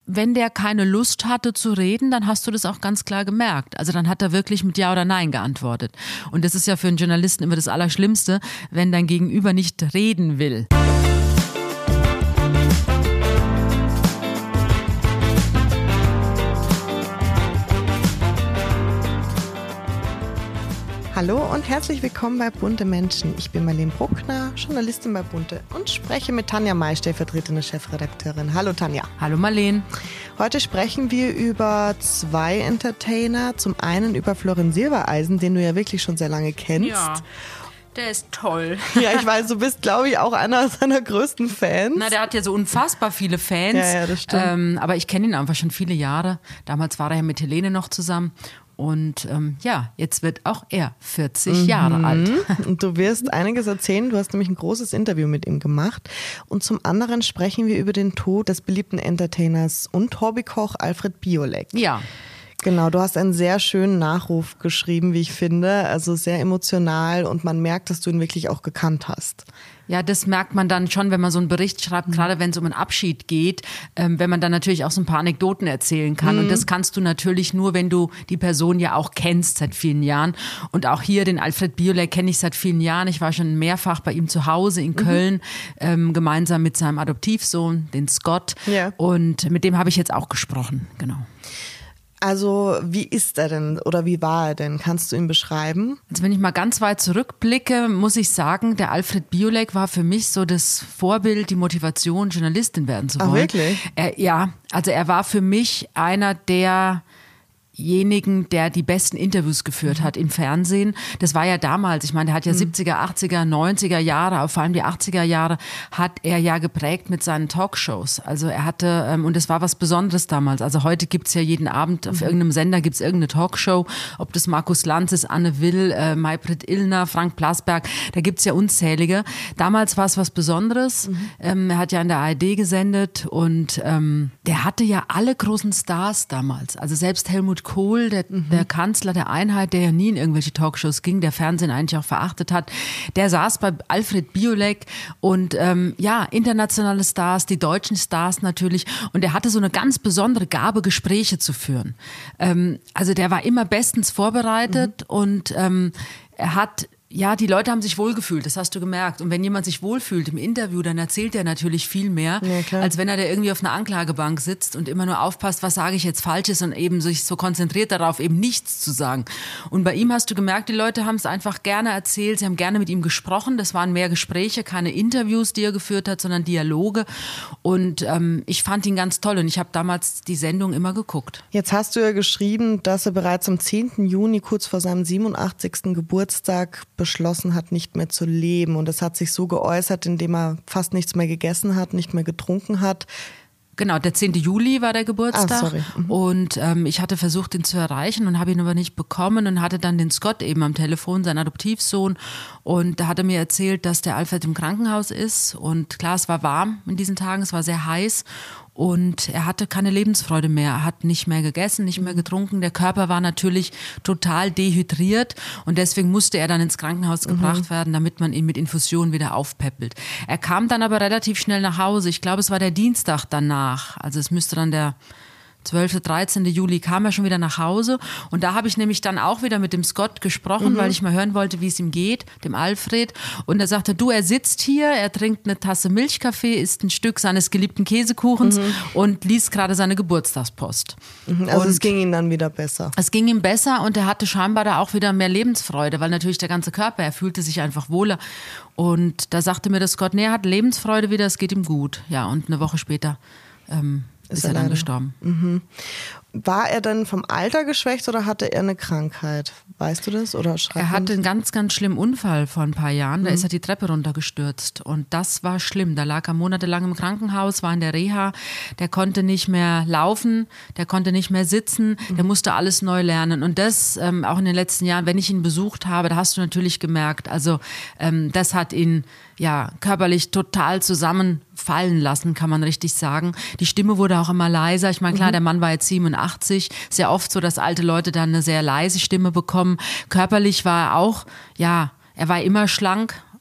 wenn der keine Lust hatte zu reden, dann hast du das auch ganz klar gemerkt. Also dann hat er wirklich mit Ja oder Nein geantwortet. Und das ist ja für einen Journalisten immer das Allerschlimmste, wenn dein Gegenüber nicht reden will. Hallo und herzlich willkommen bei Bunte Menschen. Ich bin Marlene Bruckner, Journalistin bei Bunte und spreche mit Tanja May, stellvertretende Chefredakteurin. Hallo Tanja. Hallo Marlene. Heute sprechen wir über zwei Entertainer. Zum einen über Florian Silbereisen, den du ja wirklich schon sehr lange kennst. Ja. Der ist toll. Ja, ich weiß, du bist, glaube ich, auch einer seiner größten Fans. Na, der hat ja so unfassbar viele Fans. Ja, das stimmt. Aber ich kenne ihn einfach schon viele Jahre. Damals war er ja mit Helene noch zusammen. Und jetzt wird auch er 40 Jahre alt. Und du wirst einiges erzählen. Du hast nämlich ein großes Interview mit ihm gemacht. Und zum anderen sprechen wir über den Tod des beliebten Entertainers und Hobbykoch Alfred Biolek. Ja. Genau, du hast einen sehr schönen Nachruf geschrieben, wie ich finde. Also sehr emotional und man merkt, dass du ihn wirklich auch gekannt hast. Ja, das merkt man dann schon, wenn man so einen Bericht schreibt, gerade wenn es um einen Abschied geht, wenn man dann natürlich auch so ein paar Anekdoten erzählen kann. Und das kannst du natürlich nur, wenn du die Person ja auch kennst seit vielen Jahren. Und auch hier den Alfred Biolek kenne ich seit vielen Jahren. Ich war schon mehrfach bei ihm zu Hause in Köln, gemeinsam mit seinem Adoptivsohn, den Scott. Ja. Und mit dem habe ich jetzt auch gesprochen, genau. Also wie ist er denn oder wie war er denn? Kannst du ihn beschreiben? Also wenn ich mal ganz weit zurückblicke, muss ich sagen, der Alfred Biolek war für mich so das Vorbild, die Motivation, Journalistin werden zu wollen. Ach, wirklich? Er war für mich einer derjenigen, der die besten Interviews geführt hat im Fernsehen. Das war ja damals, ich meine, der hat ja 70er, 80er, 90er Jahre, aber vor allem die 80er Jahre hat er ja geprägt mit seinen Talkshows. Also er hatte, und das war was Besonderes damals. Also heute gibt's ja jeden Abend auf irgendeinem Sender gibt's irgendeine Talkshow, ob das Markus Lanz ist, Anne Will, Maybrit Illner, Frank Plasberg, da gibt's ja unzählige. Damals war es was Besonderes. Er hat ja in der ARD gesendet und der hatte ja alle großen Stars damals. Also selbst Helmut Kohl, der Kanzler der Einheit, der ja nie in irgendwelche Talkshows ging, der Fernsehen eigentlich auch verachtet hat, der saß bei Alfred Biolek und internationale Stars, die deutschen Stars natürlich, und er hatte so eine ganz besondere Gabe, Gespräche zu führen. Also der war immer bestens vorbereitet und er hat die Leute haben sich wohlgefühlt, das hast du gemerkt. Und wenn jemand sich wohlfühlt im Interview, dann erzählt er natürlich viel mehr, als wenn er da irgendwie auf einer Anklagebank sitzt und immer nur aufpasst, was sage ich jetzt Falsches und eben sich so konzentriert darauf, eben nichts zu sagen. Und bei ihm hast du gemerkt, die Leute haben es einfach gerne erzählt, sie haben gerne mit ihm gesprochen. Das waren mehr Gespräche, keine Interviews, die er geführt hat, sondern Dialoge. Und ich fand ihn ganz toll und ich habe damals die Sendung immer geguckt. Jetzt hast du ja geschrieben, dass er bereits am 10. Juni, kurz vor seinem 87. Geburtstag, beschlossen hat, nicht mehr zu leben. Und das hat sich so geäußert, indem er fast nichts mehr gegessen hat, nicht mehr getrunken hat. Genau, der 10. Juli war der Geburtstag. Sorry. Und ich hatte versucht, ihn zu erreichen und habe ihn aber nicht bekommen und hatte dann den Scott eben am Telefon, seinen Adoptivsohn. Und da hat er mir erzählt, dass der Alfred im Krankenhaus ist. Und klar, es war warm in diesen Tagen, es war sehr heiß. Und er hatte keine Lebensfreude mehr. Er hat nicht mehr gegessen, nicht mehr getrunken. Der Körper war natürlich total dehydriert und deswegen musste er dann ins Krankenhaus gebracht werden, damit man ihn mit Infusionen wieder aufpäppelt. Er kam dann aber relativ schnell nach Hause. Ich glaube, es war der Dienstag danach. Also es müsste dann der 12., 13. Juli kam er schon wieder nach Hause und da habe ich nämlich dann auch wieder mit dem Scott gesprochen, weil ich mal hören wollte, wie es ihm geht, dem Alfred. Und er sagte, er sitzt hier, er trinkt eine Tasse Milchkaffee, isst ein Stück seines geliebten Käsekuchens und liest gerade seine Geburtstagspost. Also und es ging ihm dann wieder besser. Es ging ihm besser und er hatte scheinbar da auch wieder mehr Lebensfreude, weil natürlich der ganze Körper, er fühlte sich einfach wohler. Und da sagte mir der Scott, er hat Lebensfreude wieder, es geht ihm gut. Ja, und eine Woche später ist er dann gestorben. War er dann vom Alter geschwächt oder hatte er eine Krankheit? Weißt du das? Oder er hatte einen ganz, ganz schlimmen Unfall vor ein paar Jahren. Da ist er die Treppe runtergestürzt und das war schlimm. Da lag er monatelang im Krankenhaus, war in der Reha. Der konnte nicht mehr laufen, der konnte nicht mehr sitzen, der musste alles neu lernen. Und das auch in den letzten Jahren, wenn ich ihn besucht habe, da hast du natürlich gemerkt, also das hat ihn körperlich total zusammenfallen lassen, kann man richtig sagen. Die Stimme wurde auch immer leiser. Ich meine, klar, der Mann war jetzt 87. Sehr oft so, dass alte Leute dann eine sehr leise Stimme bekommen. Körperlich war er auch, er war immer schlank.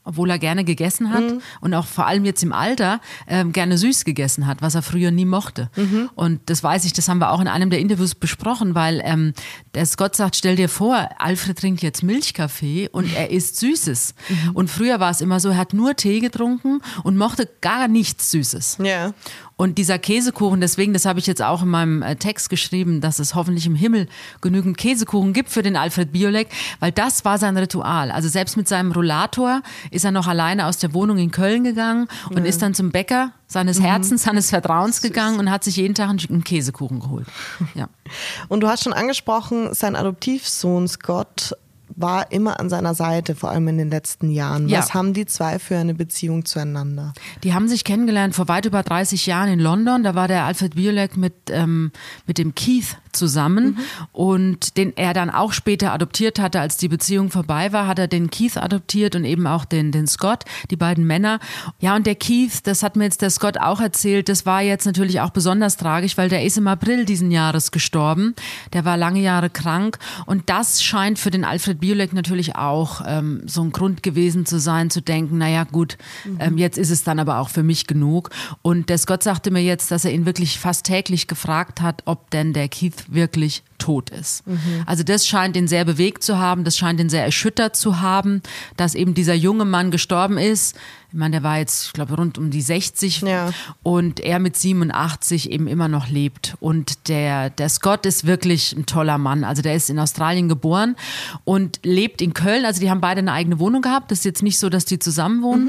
obwohl er gerne gegessen hat und auch vor allem jetzt im Alter gerne süß gegessen hat, was er früher nie mochte. Und das weiß ich, das haben wir auch in einem der Interviews besprochen, weil der Scott sagt, stell dir vor, Alfred trinkt jetzt Milchkaffee und er isst Süßes. Und früher war es immer so, er hat nur Tee getrunken und mochte gar nichts Süßes. Ja. Und dieser Käsekuchen, deswegen, das habe ich jetzt auch in meinem Text geschrieben, dass es hoffentlich im Himmel genügend Käsekuchen gibt für den Alfred Biolek, weil das war sein Ritual. Also selbst mit seinem Rollator ist er noch alleine aus der Wohnung in Köln gegangen und ist dann zum Bäcker seines Herzens, seines Vertrauens gegangen und hat sich jeden Tag einen Käsekuchen geholt. Ja. Und du hast schon angesprochen, sein Adoptivsohn Scott war immer an seiner Seite, vor allem in den letzten Jahren. Was haben die zwei für eine Beziehung zueinander? Die haben sich kennengelernt vor weit über 30 Jahren in London. Da war der Alfred Biolek mit dem Keith zusammen und den er dann auch später adoptiert hatte, als die Beziehung vorbei war, hat er den Keith adoptiert und eben auch den Scott, die beiden Männer. Ja, und der Keith, das hat mir jetzt der Scott auch erzählt, das war jetzt natürlich auch besonders tragisch, weil der ist im April diesen Jahres gestorben. Der war lange Jahre krank und das scheint für den Alfred Biolek natürlich auch so ein Grund gewesen zu sein, zu denken, naja gut, jetzt ist es dann aber auch für mich genug. Und der Scott sagte mir jetzt, dass er ihn wirklich fast täglich gefragt hat, ob denn der Keith wirklich tot ist. Also das scheint ihn sehr bewegt zu haben, das scheint ihn sehr erschüttert zu haben, dass eben dieser junge Mann gestorben ist. Ich meine, der war jetzt, ich glaube, rund um die 60 und er mit 87 eben immer noch lebt. Und der Scott ist wirklich ein toller Mann. Also der ist in Australien geboren und lebt in Köln. Also die haben beide eine eigene Wohnung gehabt. Das ist jetzt nicht so, dass die zusammen wohnen.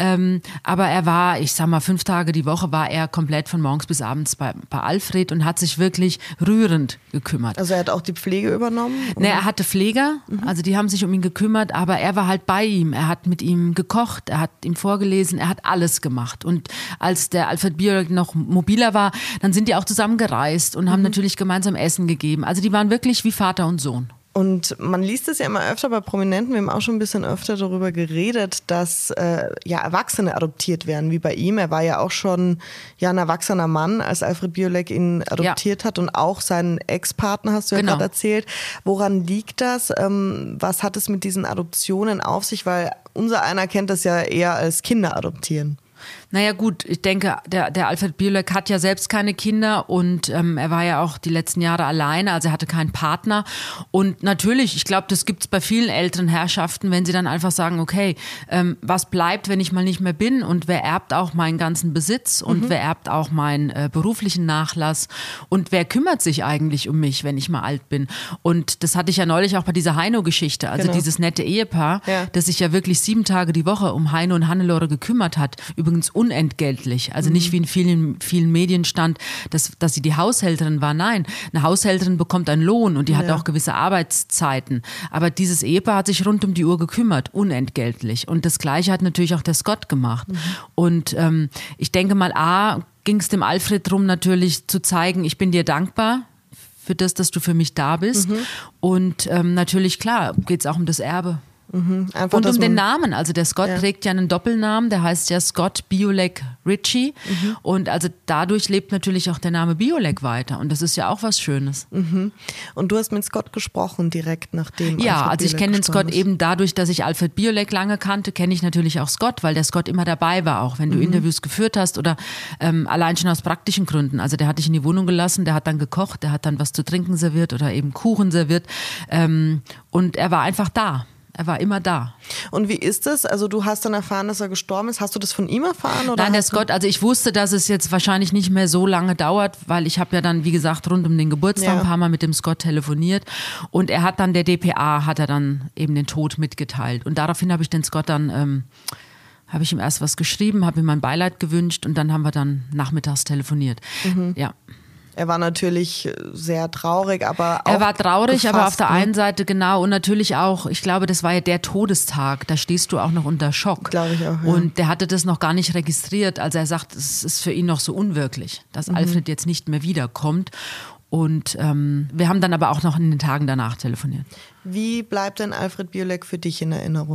Aber er war, ich sag mal, 5 Tage die Woche war er komplett von morgens bis abends bei Alfred und hat sich wirklich rührend gekümmert. Also er hat auch die Pflege übernommen? Ne, er hatte Pfleger, also die haben sich um ihn gekümmert, aber er war halt bei ihm. Er hat mit ihm gekocht, er hat ihm vorgelesen, er hat alles gemacht. Und als der Alfred Biolek noch mobiler war, dann sind die auch zusammen gereist und haben natürlich gemeinsam Essen gegeben. Also die waren wirklich wie Vater und Sohn. Und man liest es ja immer öfter bei Prominenten, wir haben auch schon ein bisschen öfter darüber geredet, dass Erwachsene adoptiert werden, wie bei ihm. Er war ja auch schon ein erwachsener Mann, als Alfred Biolek ihn adoptiert hat und auch seinen Ex-Partner, hast du ja gerade erzählt. Woran liegt das? Was hat es mit diesen Adoptionen auf sich? Weil unser einer kennt das ja eher als Kinder adoptieren. Naja gut, ich denke, der Alfred Biolek hat ja selbst keine Kinder und er war ja auch die letzten Jahre alleine, also er hatte keinen Partner. Und natürlich, ich glaube, das gibt's bei vielen älteren Herrschaften, wenn sie dann einfach sagen, okay, was bleibt, wenn ich mal nicht mehr bin und wer erbt auch meinen ganzen Besitz und wer erbt auch meinen beruflichen Nachlass und wer kümmert sich eigentlich um mich, wenn ich mal alt bin. Und das hatte ich ja neulich auch bei dieser Heino-Geschichte, also dieses nette Ehepaar, das sich ja wirklich 7 Tage die Woche um Heino und Hannelore gekümmert hat, übrigens unentgeltlich. Also nicht wie in vielen Medien stand, dass sie die Haushälterin war. Nein, eine Haushälterin bekommt einen Lohn und die hat auch gewisse Arbeitszeiten. Aber dieses Ehepaar hat sich rund um die Uhr gekümmert, unentgeltlich. Und das Gleiche hat natürlich auch der Scott gemacht. Und ich denke mal, ging es dem Alfred darum, natürlich zu zeigen, ich bin dir dankbar für das, dass du für mich da bist. Und natürlich, klar, geht es auch um das Erbe. Einfach, und um den Namen, also der Scott trägt ja einen Doppelnamen, der heißt ja Scott Biolek Ritchie und also dadurch lebt natürlich auch der Name Biolek weiter und das ist ja auch was Schönes. Und du hast mit Scott gesprochen direkt nachdem Ja, Alfred also ich kenne den Scott eben dadurch, dass ich Alfred Biolek lange kannte, kenne ich natürlich auch Scott, weil der Scott immer dabei war, auch wenn du Interviews geführt hast oder allein schon aus praktischen Gründen. Also der hat dich in die Wohnung gelassen, der hat dann gekocht, der hat dann was zu trinken serviert oder eben Kuchen serviert und er war einfach da. Er war immer da. Und wie ist es? Also du hast dann erfahren, dass er gestorben ist. Hast du das von ihm erfahren? Oder Nein, der Scott, also ich wusste, dass es jetzt wahrscheinlich nicht mehr so lange dauert, weil ich habe ja dann, wie gesagt, rund um den Geburtstag ein paar Mal mit dem Scott telefoniert und er hat dann, der DPA hat er dann eben den Tod mitgeteilt und daraufhin habe ich den Scott dann, habe ich ihm erst was geschrieben, habe ihm mein Beileid gewünscht und dann haben wir dann nachmittags telefoniert. Ja. Er war natürlich sehr traurig, aber auch er war traurig, gefasst, aber auf der einen Seite genau und natürlich auch, ich glaube, das war ja der Todestag, da stehst du auch noch unter Schock. Glaube ich auch, ja. Und der hatte das noch gar nicht registriert, also er sagt, es ist für ihn noch so unwirklich, dass Alfred jetzt nicht mehr wiederkommt. Und wir haben dann aber auch noch in den Tagen danach telefoniert. Wie bleibt denn Alfred Biolek für dich in Erinnerung?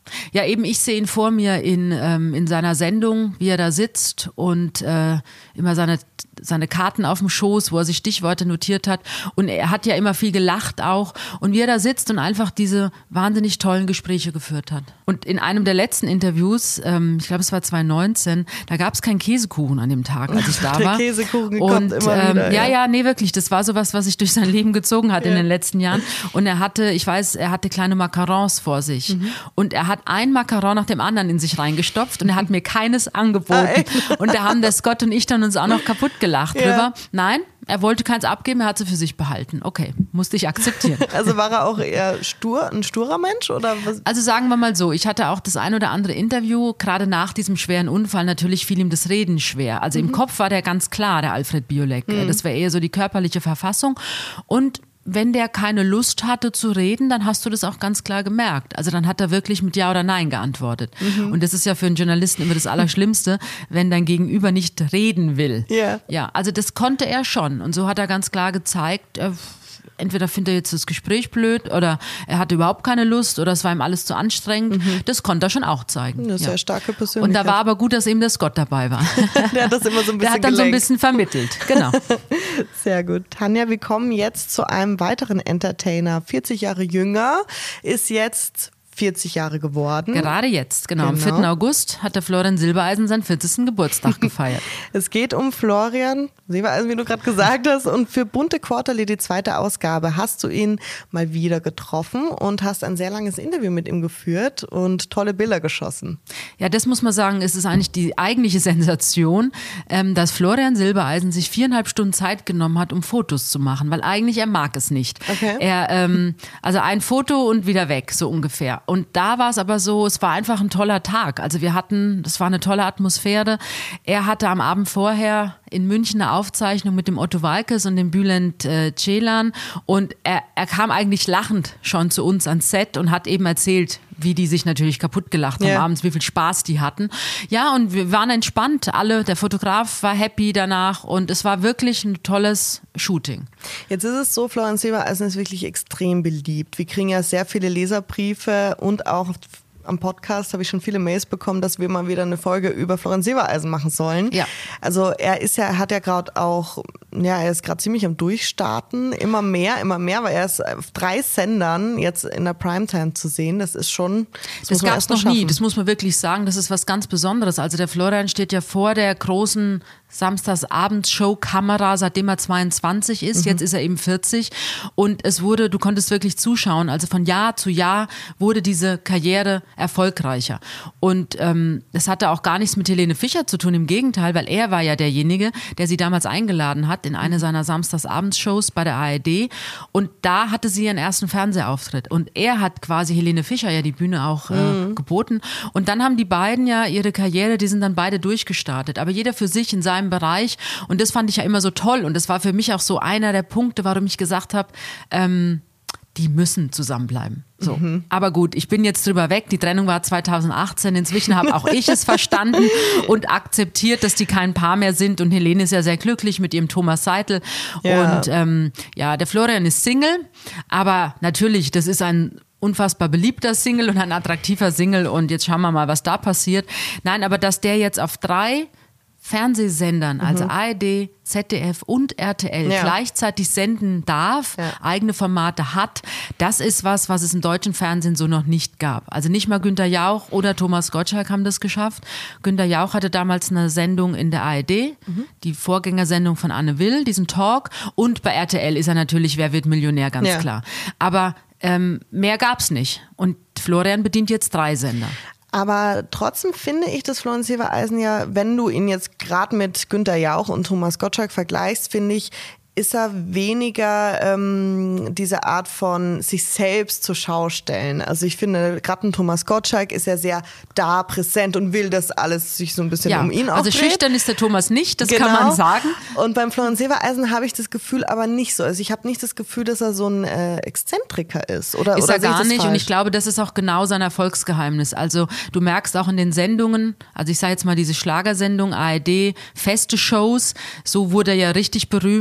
Ja, eben ich sehe ihn vor mir in seiner Sendung, wie er da sitzt und immer seine Karten auf dem Schoß, wo er sich Stichworte notiert hat. Und er hat ja immer viel gelacht auch. Und wie er da sitzt und einfach diese wahnsinnig tollen Gespräche geführt hat. Und in einem der letzten Interviews, ich glaube es war 2019, da gab es keinen Käsekuchen an dem Tag, als ich da war. Der Käsekuchen kommt immer wieder. Ja, nee, wirklich. Das war sowas, was sich durch sein Leben gezogen hat in den letzten Jahren. Und er hatte kleine Macarons vor sich. Und er hat ein Macaron nach dem anderen in sich reingestopft und er hat mir keines angeboten. Und da haben der Scott und ich dann uns auch noch kaputt gelacht drüber. Nein, er wollte keins abgeben, er hat sie für sich behalten. Okay, musste ich akzeptieren. Also war er auch eher ein sturer Mensch oder was? Also sagen wir mal so, ich hatte auch das ein oder andere Interview, gerade nach diesem schweren Unfall, natürlich fiel ihm das Reden schwer. Also im Kopf war der ganz klar, der Alfred Biolek. Das war eher so die körperliche Verfassung und wenn der keine Lust hatte zu reden, dann hast du das auch ganz klar gemerkt. Also dann hat er wirklich mit Ja oder Nein geantwortet. Und das ist ja für einen Journalisten immer das Allerschlimmste, wenn dein Gegenüber nicht reden will. Ja, also das konnte er schon. Und so hat er ganz klar gezeigt, entweder findet er jetzt das Gespräch blöd oder er hatte überhaupt keine Lust oder es war ihm alles zu anstrengend. Das konnte er schon auch zeigen. Eine sehr starke Persönlichkeit. Und da war aber gut, dass eben der Scott dabei war. Der hat das immer so ein bisschen Der hat dann so ein bisschen vermittelt, genau. Sehr gut. Tanja, wir kommen jetzt zu einem weiteren Entertainer. 40 Jahre jünger, ist jetzt 40 Jahre geworden. Gerade jetzt, genau. Am 4. August hat der Florian Silbereisen seinen 40. Geburtstag gefeiert. Es geht um Florian Silbereisen, wie du gerade gesagt hast. Und für Bunte Quarterly, die 2. Ausgabe, hast du ihn mal wieder getroffen und hast ein sehr langes Interview mit ihm geführt und tolle Bilder geschossen. Ja, das muss man sagen, ist es eigentlich die eigentliche Sensation, dass Florian Silbereisen sich 4,5 Stunden Zeit genommen hat, um Fotos zu machen, weil eigentlich er mag es nicht. Okay. Also ein Foto und wieder weg, so ungefähr. Und da war es aber so, es war einfach ein toller Tag. Also das war eine tolle Atmosphäre. Er hatte am Abend vorher in München eine Aufzeichnung mit dem Otto Waalkes und dem Bülent Ceylan und er kam eigentlich lachend schon zu uns ans Set und hat eben erzählt, wie die sich natürlich kaputt gelacht haben abends, wie viel Spaß die hatten. Ja, und wir waren entspannt, alle. Der Fotograf war happy danach und es war wirklich ein tolles Shooting. Jetzt ist es so, Florian Silbereisen ist wirklich extrem beliebt. Wir kriegen ja sehr viele Leserbriefe und auch am Podcast habe ich schon viele Mails bekommen, dass wir mal wieder eine Folge über Florian Silbereisen machen sollen. Ja. Also er ist gerade ziemlich am Durchstarten, immer mehr, weil er ist auf 3 Sendern jetzt in der Primetime zu sehen. Das ist schon, das gab es noch nie, das muss man wirklich sagen, das ist was ganz Besonderes. Also der Florian steht ja vor der großen Samstagsabends-Show-Kamera, seitdem er 22 ist, jetzt ist er eben 40 und du konntest wirklich zuschauen, also von Jahr zu Jahr wurde diese Karriere erfolgreicher und das hatte auch gar nichts mit Helene Fischer zu tun, im Gegenteil, weil er war ja derjenige, der sie damals eingeladen hat in eine seiner Samstagsabends-Shows bei der ARD und da hatte sie ihren ersten Fernsehauftritt und er hat quasi Helene Fischer ja die Bühne auch geboten und dann haben die beiden ja ihre Karriere, die sind dann beide durchgestartet, aber jeder für sich in seinem Bereich und das fand ich ja immer so toll und das war für mich auch so einer der Punkte, warum ich gesagt habe, die müssen zusammenbleiben. So. Aber gut, ich bin jetzt drüber weg, die Trennung war 2018, inzwischen habe auch ich es verstanden und akzeptiert, dass die kein Paar mehr sind und Helene ist ja sehr glücklich mit ihrem Thomas Seitel und der Florian ist Single, aber natürlich, das ist ein unfassbar beliebter Single und ein attraktiver Single und jetzt schauen wir mal, was da passiert. Nein, aber dass der jetzt auf 3 Fernsehsendern, also ARD, ZDF und RTL gleichzeitig senden darf, eigene Formate hat, das ist was es im deutschen Fernsehen so noch nicht gab. Also nicht mal Günther Jauch oder Thomas Gottschalk haben das geschafft. Günther Jauch hatte damals eine Sendung in der ARD, die Vorgängersendung von Anne Will, diesen Talk und bei RTL ist er natürlich Wer wird Millionär, ganz klar. Aber mehr gab's nicht und Florian bedient jetzt 3 Sender. Aber trotzdem finde ich, dass Florian Silbereisen ja, wenn du ihn jetzt gerade mit Günther Jauch und Thomas Gottschalk vergleichst, finde ich, ist er weniger diese Art von sich selbst zur Schau stellen. Also ich finde, gerade ein Thomas Gottschalk ist ja sehr da präsent und will, dass alles sich so ein bisschen um ihn aufdreht. Also schüchtern ist der Thomas nicht, das kann man sagen. Und beim Florian Silbereisen habe ich das Gefühl aber nicht so. Also ich habe nicht das Gefühl, dass er so ein Exzentriker ist. Oder er gar nicht falsch? Und ich glaube, das ist auch genau sein Erfolgsgeheimnis. Also du merkst auch in den Sendungen, also ich sage jetzt mal diese Schlagersendung, ARD, feste Shows, so wurde er ja richtig berühmt und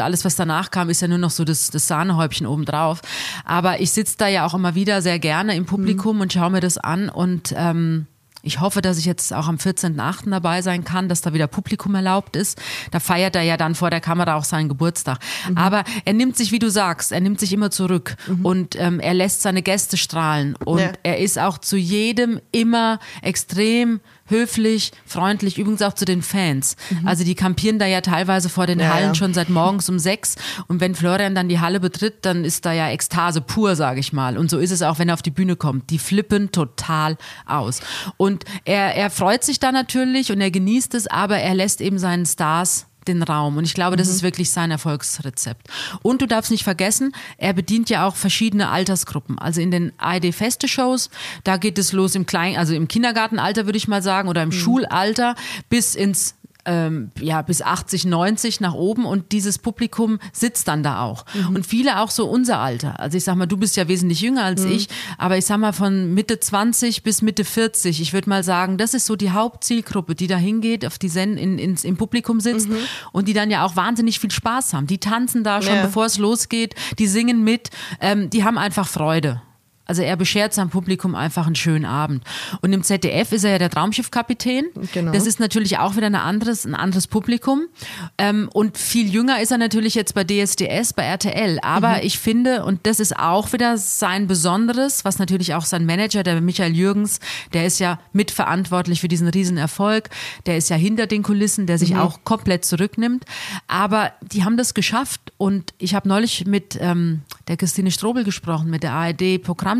alles, was danach kam, ist ja nur noch so das Sahnehäubchen obendrauf. Aber ich sitze da ja auch immer wieder sehr gerne im Publikum und schaue mir das an und ich hoffe, dass ich jetzt auch am 14.8. dabei sein kann, dass da wieder Publikum erlaubt ist. Da feiert er ja dann vor der Kamera auch seinen Geburtstag. Aber er nimmt sich, wie du sagst, er nimmt sich immer zurück und er lässt seine Gäste strahlen. Und er ist auch zu jedem immer extrem höflich, freundlich, übrigens auch zu den Fans. Also die kampieren da ja teilweise vor den Hallen schon seit morgens um 6 und wenn Florian dann die Halle betritt, dann ist da ja Ekstase pur, sage ich mal. Und so ist es auch, wenn er auf die Bühne kommt. Die flippen total aus. Und er freut sich da natürlich und er genießt es, aber er lässt eben seinen Stars den Raum. Und ich glaube, das ist wirklich sein Erfolgsrezept. Und du darfst nicht vergessen, er bedient ja auch verschiedene Altersgruppen. Also in den ARD-Feste-Shows, da geht es los im im Kindergartenalter, würde ich mal sagen, oder im Schulalter bis ins bis 80, 90 nach oben und dieses Publikum sitzt dann da auch. Und viele auch so unser Alter. Also ich sag mal, du bist ja wesentlich jünger als ich, aber ich sag mal von Mitte 20 bis Mitte 40. Ich würde mal sagen, das ist so die Hauptzielgruppe, die da hingeht, auf die im Publikum sitzt und die dann ja auch wahnsinnig viel Spaß haben. Die tanzen da schon, bevor es losgeht, die singen mit, die haben einfach Freude. Also er beschert seinem Publikum einfach einen schönen Abend. Und im ZDF ist er ja der Traumschiff-Kapitän. Genau. Das ist natürlich auch wieder ein anderes Publikum. Und viel jünger ist er natürlich jetzt bei DSDS, bei RTL. Aber ich finde, und das ist auch wieder sein Besonderes, was natürlich auch sein Manager, der Michael Jürgens, der ist ja mitverantwortlich für diesen Riesenerfolg. Der ist ja hinter den Kulissen, der sich auch komplett zurücknimmt. Aber die haben das geschafft. Und ich habe neulich mit der Christine Strobel gesprochen, mit der ARD-Programmdirektorin.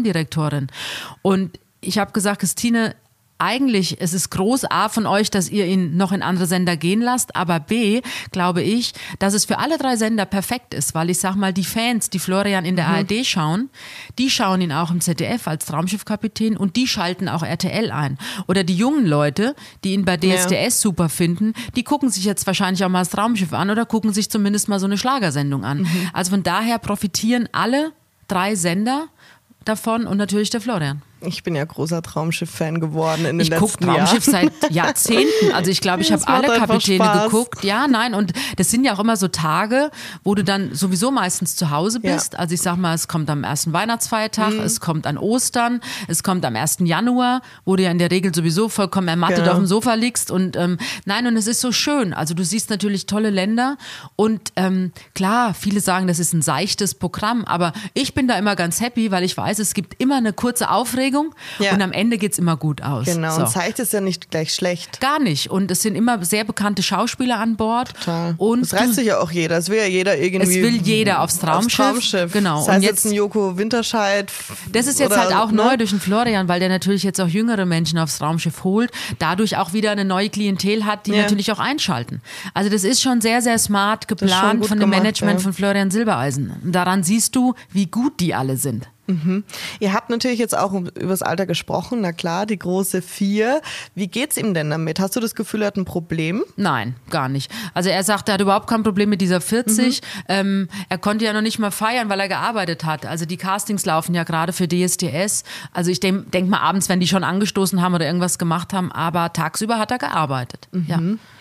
Und ich habe gesagt, Christine, eigentlich, es ist groß A von euch, dass ihr ihn noch in andere Sender gehen lasst, aber B, glaube ich, dass es für alle 3 Sender perfekt ist, weil ich sag mal, die Fans, die Florian in der ARD schauen, die schauen ihn auch im ZDF als Traumschiffkapitän und die schalten auch RTL ein. Oder die jungen Leute, die ihn bei DSDS super finden, die gucken sich jetzt wahrscheinlich auch mal das Traumschiff an oder gucken sich zumindest mal so eine Schlagersendung an. Also von daher profitieren alle 3 Sender davon und natürlich der Florian. Ich bin ja großer Traumschiff-Fan geworden in den letzten Jahren. Ich gucke Traumschiff seit Jahrzehnten. Also ich glaube, ich habe alle Kapitäne geguckt. Ja, nein, und das sind ja auch immer so Tage, wo du dann sowieso meistens zu Hause bist. Ja. Also ich sag mal, es kommt am ersten Weihnachtsfeiertag, es kommt an Ostern, es kommt am 1. Januar, wo du ja in der Regel sowieso vollkommen ermattet auf dem Sofa liegst. Und nein, und es ist so schön. Also du siehst natürlich tolle Länder und klar, viele sagen, das ist ein seichtes Programm, aber ich bin da immer ganz happy, weil ich weiß, es gibt immer eine kurze Aufregung. Und am Ende geht es immer gut aus. Genau, und zeigt es ja nicht gleich schlecht. Gar nicht. Und es sind immer sehr bekannte Schauspieler an Bord. Total. Und das reißt sich ja auch jeder. Es will ja jeder irgendwie. Es will jeder aufs Traumschiff. Genau. Das heißt und jetzt ein Joko Winterscheid. Das ist jetzt halt auch neu durch den Florian, weil der natürlich jetzt auch jüngere Menschen aufs Traumschiff holt. Dadurch auch wieder eine neue Klientel hat, die natürlich auch einschalten. Also das ist schon sehr, sehr smart geplant von dem Management von Florian Silbereisen. Daran siehst du, wie gut die alle sind. Ihr habt natürlich jetzt auch über das Alter gesprochen, na klar, die große 4. Wie geht's ihm denn damit? Hast du das Gefühl, er hat ein Problem? Nein, gar nicht. Also er sagt, er hat überhaupt kein Problem mit dieser 40. Er konnte ja noch nicht mal feiern, weil er gearbeitet hat. Also die Castings laufen ja gerade für DSDS. Also ich denke mal abends, wenn die schon angestoßen haben oder irgendwas gemacht haben, aber tagsüber hat er gearbeitet. Ja.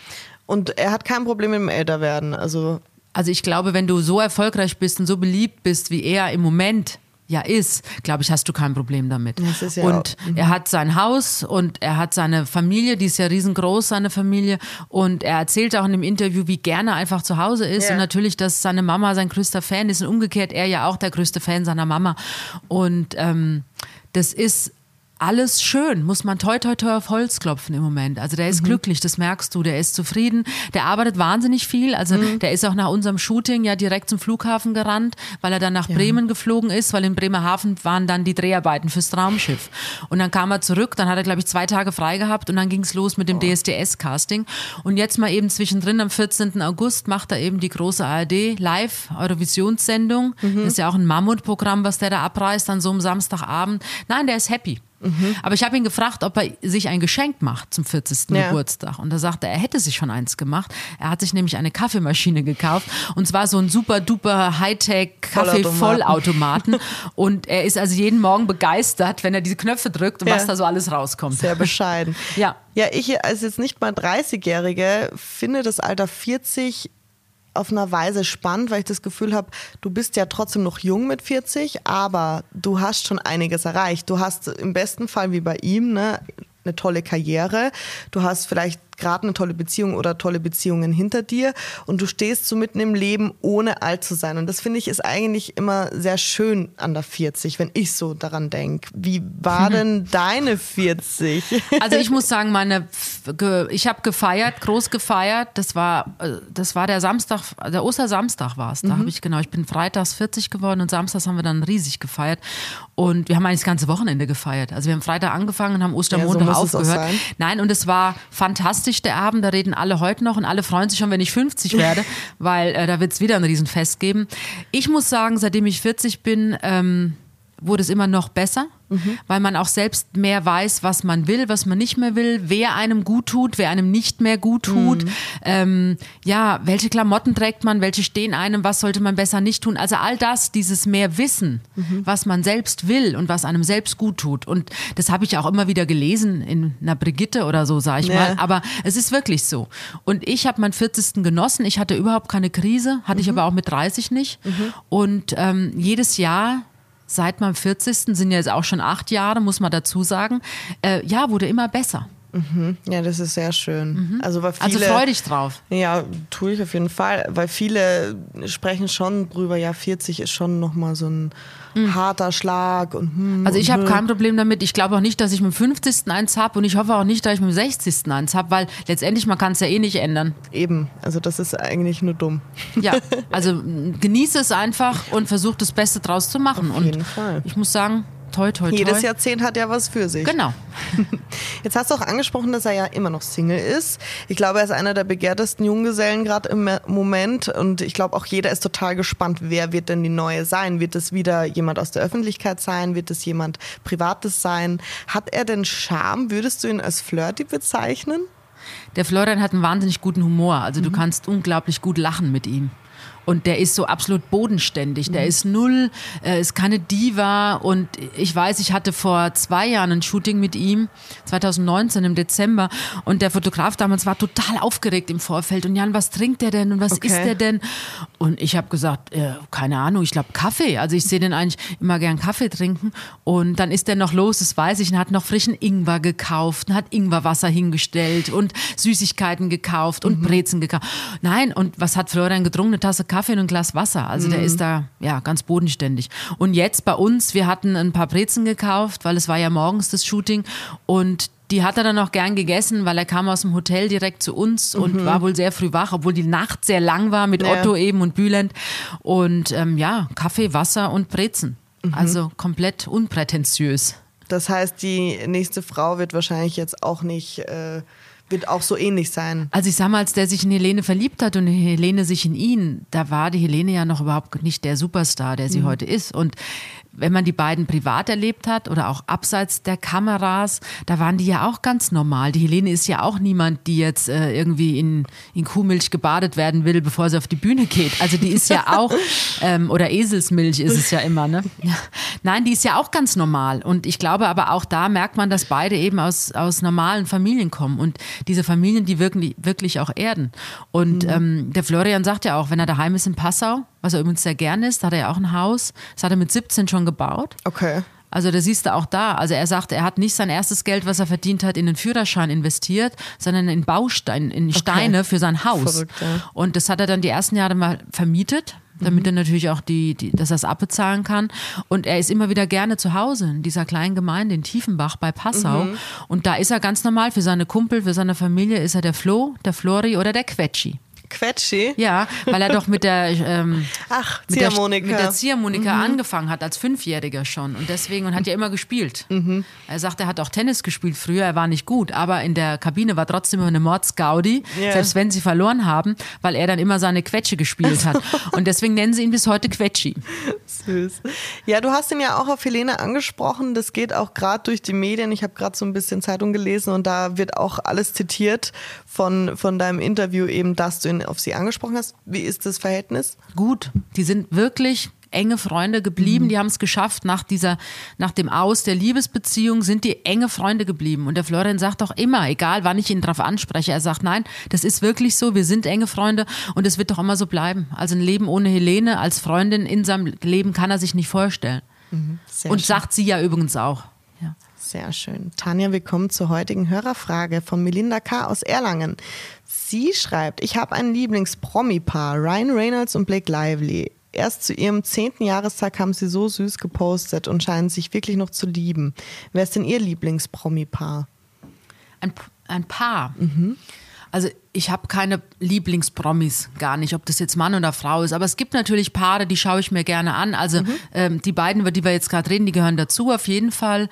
Und er hat kein Problem mit dem Älterwerden? Also ich glaube, wenn du so erfolgreich bist und so beliebt bist, wie er im Moment ist, glaube ich, hast du kein Problem damit. Und er hat sein Haus und er hat seine Familie, die ist ja riesengroß, seine Familie. Und er erzählt auch in dem Interview, wie gerne er einfach zu Hause ist. Und natürlich, dass seine Mama sein größter Fan ist und umgekehrt er ja auch der größte Fan seiner Mama. Und das ist alles schön, muss man toi toi toi auf Holz klopfen im Moment. Also der ist glücklich, das merkst du, der ist zufrieden, der arbeitet wahnsinnig viel, also der ist auch nach unserem Shooting ja direkt zum Flughafen gerannt, weil er dann nach Bremen geflogen ist, weil in Bremerhaven waren dann die Dreharbeiten fürs Traumschiff. Und dann kam er zurück, dann hat er glaube ich 2 Tage frei gehabt und dann ging es los mit dem DSDS-Casting. Und jetzt mal eben zwischendrin am 14. August macht er eben die große ARD Live-Eurovisionssendung. Das ist ja auch ein Mammutprogramm, was der da abreißt an so einem Samstagabend. Nein, der ist happy. Aber ich habe ihn gefragt, ob er sich ein Geschenk macht zum 40. Geburtstag. Und da sagte er hätte sich schon eins gemacht. Er hat sich nämlich eine Kaffeemaschine gekauft. Und zwar so ein super duper Hightech Kaffee-Vollautomaten. Und er ist also jeden Morgen begeistert, wenn er diese Knöpfe drückt und was da so alles rauskommt. Sehr bescheiden. Ja, ich als jetzt nicht mal 30-Jährige finde das Alter 40 auf einer Weise spannend, weil ich das Gefühl habe, du bist ja trotzdem noch jung mit 40, aber du hast schon einiges erreicht. Du hast im besten Fall wie bei ihm, ne, eine tolle Karriere. Du hast vielleicht gerade eine tolle Beziehung oder tolle Beziehungen hinter dir und du stehst so mitten im Leben, ohne alt zu sein. Und das finde ich ist eigentlich immer sehr schön an der 40, wenn ich so daran denke. Wie war denn deine 40? Also ich muss sagen, ich habe gefeiert, groß gefeiert. Das war der Samstag, der Ostersamstag war es. Da habe ich ich bin freitags 40 geworden und samstags haben wir dann riesig gefeiert. Und wir haben eigentlich das ganze Wochenende gefeiert. Also wir haben Freitag angefangen und haben Ostermontag aufgehört. Nein, und es war fantastisch, der Abend. Da reden alle heute noch und alle freuen sich schon, wenn ich 50 werde, weil da wird es wieder ein Riesenfest geben. Ich muss sagen, seitdem ich 40 bin, wurde es immer noch besser, weil man auch selbst mehr weiß, was man will, was man nicht mehr will, wer einem gut tut, wer einem nicht mehr gut tut. Welche Klamotten trägt man, welche stehen einem, was sollte man besser nicht tun. Also all das, dieses mehr Wissen, was man selbst will und was einem selbst gut tut. Und das habe ich auch immer wieder gelesen in einer Brigitte oder so, sage ich mal. Aber es ist wirklich so. Und ich habe meinen 40. genossen. Ich hatte überhaupt keine Krise, hatte ich aber auch mit 30 nicht. Und jedes Jahr seit meinem 40. sind ja jetzt auch schon 8 Jahre, muss man dazu sagen, wurde immer besser. Ja, das ist sehr schön. Also freu dich drauf. Ja, tue ich auf jeden Fall, weil viele sprechen schon drüber, ja, 40 ist schon nochmal so ein harter Schlag. Also ich habe kein Problem damit. Ich glaube auch nicht, dass ich mit dem 50. eins habe und ich hoffe auch nicht, dass ich mit dem 60. eins habe, weil letztendlich, man kann es ja eh nicht ändern. Eben, also das ist eigentlich nur dumm. Ja, also genieße es einfach und versuch das Beste draus zu machen. Auf jeden Fall. Ich muss sagen, toi, toi, toi. Jedes Jahrzehnt hat ja was für sich. Genau. Jetzt hast du auch angesprochen, dass er ja immer noch Single ist. Ich glaube, er ist einer der begehrtesten Junggesellen gerade im Moment. Und ich glaube, auch jeder ist total gespannt, wer wird denn die Neue sein? Wird es wieder jemand aus der Öffentlichkeit sein? Wird es jemand Privates sein? Hat er denn Charme? Würdest du ihn als flirty bezeichnen? Der Florian hat einen wahnsinnig guten Humor. Also du kannst unglaublich gut lachen mit ihm. Und der ist so absolut bodenständig. Der ist null, ist keine Diva. Und ich weiß, ich hatte vor 2 Jahren ein Shooting mit ihm, 2019 im Dezember. Und der Fotograf damals war total aufgeregt im Vorfeld. Und Jan, was trinkt der denn und was isst der denn? Und ich habe gesagt, keine Ahnung, ich glaube Kaffee. Also ich sehe den eigentlich immer gern Kaffee trinken. Und dann ist der noch los, das weiß ich, und hat noch frischen Ingwer gekauft und hat Ingwerwasser hingestellt und Süßigkeiten gekauft und Brezen gekauft. Nein, und was hat Florian getrunken? Eine Tasse Kaffee und ein Glas Wasser. Also der ist da ganz bodenständig. Und jetzt bei uns, wir hatten ein paar Brezen gekauft, weil es war ja morgens das Shooting und die hat er dann auch gern gegessen, weil er kam aus dem Hotel direkt zu uns und war wohl sehr früh wach, obwohl die Nacht sehr lang war mit Otto eben und Bülent. Und Kaffee, Wasser und Brezen. Also komplett unprätentiös. Das heißt, die nächste Frau wird wahrscheinlich jetzt auch nicht... wird auch so ähnlich sein. Also ich sag mal, als der sich in Helene verliebt hat und Helene sich in ihn, da war die Helene ja noch überhaupt nicht der Superstar, der sie heute ist. Und wenn man die beiden privat erlebt hat oder auch abseits der Kameras, da waren die ja auch ganz normal. Die Helene ist ja auch niemand, die jetzt irgendwie in Kuhmilch gebadet werden will, bevor sie auf die Bühne geht. Also die ist ja auch, oder Eselsmilch ist es ja immer, ne? Nein, die ist ja auch ganz normal. Und ich glaube aber auch da merkt man, dass beide eben aus normalen Familien kommen und diese Familien, die wirklich auch erden. Und der Florian sagt ja auch, wenn er daheim ist in Passau, was er übrigens sehr gern ist, da hat er ja auch ein Haus, das hat er mit 17 schon gebaut. Okay. Also da siehst du auch da, also er sagt, er hat nicht sein erstes Geld, was er verdient hat, in den Führerschein investiert, sondern in Bausteine, in Steine für sein Haus. Verrückt, ja. Und das hat er dann die ersten Jahre mal vermietet, damit er natürlich auch dass er es abbezahlen kann. Und er ist immer wieder gerne zu Hause in dieser kleinen Gemeinde in Tiefenbach bei Passau. Und da ist er ganz normal für seine Kumpel, für seine Familie ist er der Flo, der Flori oder der Quetschi. Quetschi? Ja, weil er doch mit der Ziehharmonika angefangen hat, als 5-Jähriger schon. Und deswegen, und hat ja immer gespielt. Er sagt, er hat auch Tennis gespielt früher, er war nicht gut, aber in der Kabine war trotzdem immer eine Mordsgaudi, selbst wenn sie verloren haben, weil er dann immer seine Quetsche gespielt hat. Und deswegen nennen sie ihn bis heute Quetschi. Süß. Ja, du hast ihn ja auch auf Helene angesprochen, das geht auch gerade durch die Medien. Ich habe gerade so ein bisschen Zeitung gelesen und da wird auch alles zitiert von deinem Interview eben, dass du ihn auf sie angesprochen hast. Wie ist das Verhältnis? Gut, die sind wirklich enge Freunde geblieben. Die haben es geschafft, nach dem Aus der Liebesbeziehung sind die enge Freunde geblieben. Und der Florian sagt auch immer, egal wann ich ihn darauf anspreche, er sagt, nein, das ist wirklich so, wir sind enge Freunde und es wird doch immer so bleiben. Also ein Leben ohne Helene als Freundin in seinem Leben kann er sich nicht vorstellen. Sehr und schön. sagt sie ja übrigens auch. Ja. Sehr schön. Tanja, wir kommen zur heutigen Hörerfrage von Melinda K. aus Erlangen. Sie schreibt, ich habe ein Lieblings-Promi-Paar, Ryan Reynolds und Blake Lively. Erst zu ihrem 10. Jahrestag haben sie so süß gepostet und scheinen sich wirklich noch zu lieben. Wer ist denn ihr Lieblings-Promi-Paar? Ein Paar. Also ich habe keine Lieblingspromis, gar nicht, ob das jetzt Mann oder Frau ist. Aber es gibt natürlich Paare, die schaue ich mir gerne an. Also die beiden, über die wir jetzt gerade reden, die gehören dazu auf jeden Fall.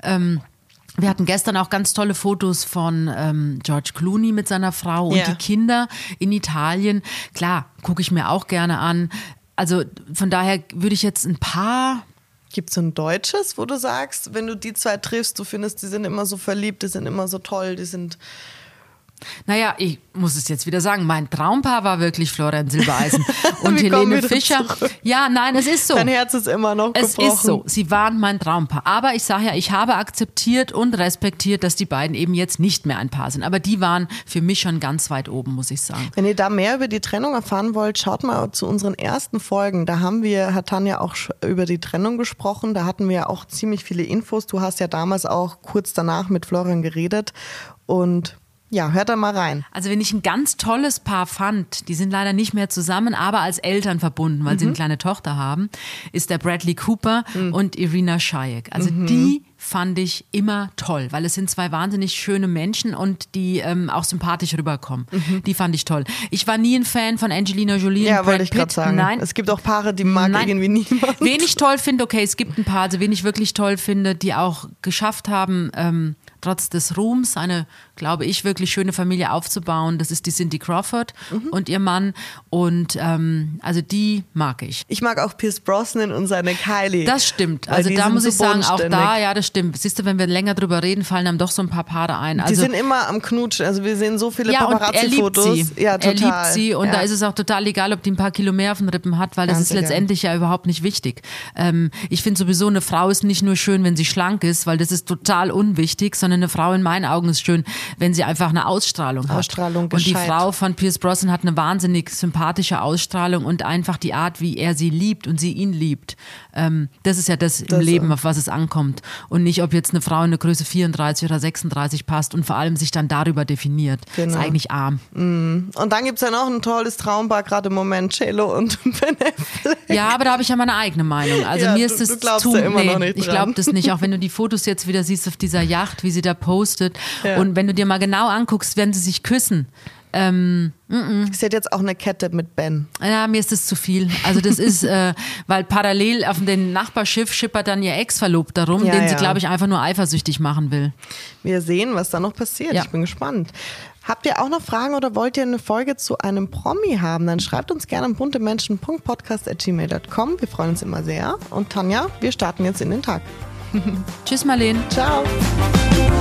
Wir hatten gestern auch ganz tolle Fotos von George Clooney mit seiner Frau und die Kinder in Italien. Klar, gucke ich mir auch gerne an. Also von daher würde ich jetzt ein Paar... Gibt es so ein deutsches, wo du sagst, wenn du die zwei triffst, du findest, die sind immer so verliebt, die sind immer so toll, die sind... Naja, ich muss es jetzt wieder sagen, mein Traumpaar war wirklich Florian Silbereisen und Helene Fischer. Zurück. Ja, nein, es ist so. Dein Herz ist immer noch gebrochen. Es ist so, sie waren mein Traumpaar. Aber ich sage ja, ich habe akzeptiert und respektiert, dass die beiden eben jetzt nicht mehr ein Paar sind. Aber die waren für mich schon ganz weit oben, muss ich sagen. Wenn ihr da mehr über die Trennung erfahren wollt, schaut mal zu unseren ersten Folgen. Da hat Tanja auch über die Trennung gesprochen. Da hatten wir auch ziemlich viele Infos. Du hast ja damals auch kurz danach mit Florian geredet und... Ja, hört da mal rein. Also wenn ich ein ganz tolles Paar fand, die sind leider nicht mehr zusammen, aber als Eltern verbunden, weil sie eine kleine Tochter haben, ist der Bradley Cooper und Irina Shayk. Also die fand ich immer toll, weil es sind zwei wahnsinnig schöne Menschen und die auch sympathisch rüberkommen. Die fand ich toll. Ich war nie ein Fan von Angelina Jolie und Brad Pitt. Ja, wollte ich gerade sagen. Nein. Es gibt auch Paare, die mag irgendwie niemand. Wen ich toll finde, okay, es gibt ein paar, also wen ich wirklich toll finde, die auch geschafft haben, trotz des Ruhms eine, glaube ich, wirklich schöne Familie aufzubauen. Das ist die Cindy Crawford und ihr Mann. Und also die mag ich. Ich mag auch Pierce Brosnan und seine Kylie. Das stimmt. Also da muss ich sagen, auch da, ja, das stimmt. Siehst du, wenn wir länger drüber reden, fallen einem doch so ein paar Paare ein. Also, die sind immer am Knutschen. Also wir sehen so viele Paparazzi-Fotos. Ja, total. Er liebt sie und da ist es auch total egal, ob die ein paar Kilo mehr auf den Rippen hat, weil das ist letztendlich ja überhaupt nicht wichtig. Ich finde sowieso, eine Frau ist nicht nur schön, wenn sie schlank ist, weil das ist total unwichtig, sondern eine Frau in meinen Augen ist schön, wenn sie einfach eine Ausstrahlung hat. Ausstrahlung, und die Frau von Pierce Brosnan hat eine wahnsinnig sympathische Ausstrahlung und einfach die Art, wie er sie liebt und sie ihn liebt. Das ist ja das im Leben, auf was es ankommt. Und nicht, ob jetzt eine Frau in eine Größe 34 oder 36 passt und vor allem sich dann darüber definiert. Genau. Ist eigentlich arm. Und dann gibt es ja noch ein tolles Traumpaar, gerade im Moment, J.Lo und Ben Affleck. Ja, aber da habe ich ja meine eigene Meinung. Also mir ist es zu... Ja immer noch nicht ich glaube das nicht. Auch wenn du die Fotos jetzt wieder siehst auf dieser Yacht, wie sie da postet. Ja. Und wenn du dir mal genau anguckst, werden sie sich küssen. Sie hat jetzt auch eine Kette mit Ben. Ja, mir ist das zu viel. Also das ist, weil parallel auf dem Nachbarschiff schippert dann ihr Ex-Verlobter rum, den sie, glaube ich, einfach nur eifersüchtig machen will. Wir sehen, was da noch passiert. Ja. Ich bin gespannt. Habt ihr auch noch Fragen oder wollt ihr eine Folge zu einem Promi haben? Dann schreibt uns gerne an buntemenschen.podcast@gmail.com. Wir freuen uns immer sehr. Und Tanja, wir starten jetzt in den Tag. Tschüss, Marlene. Ciao.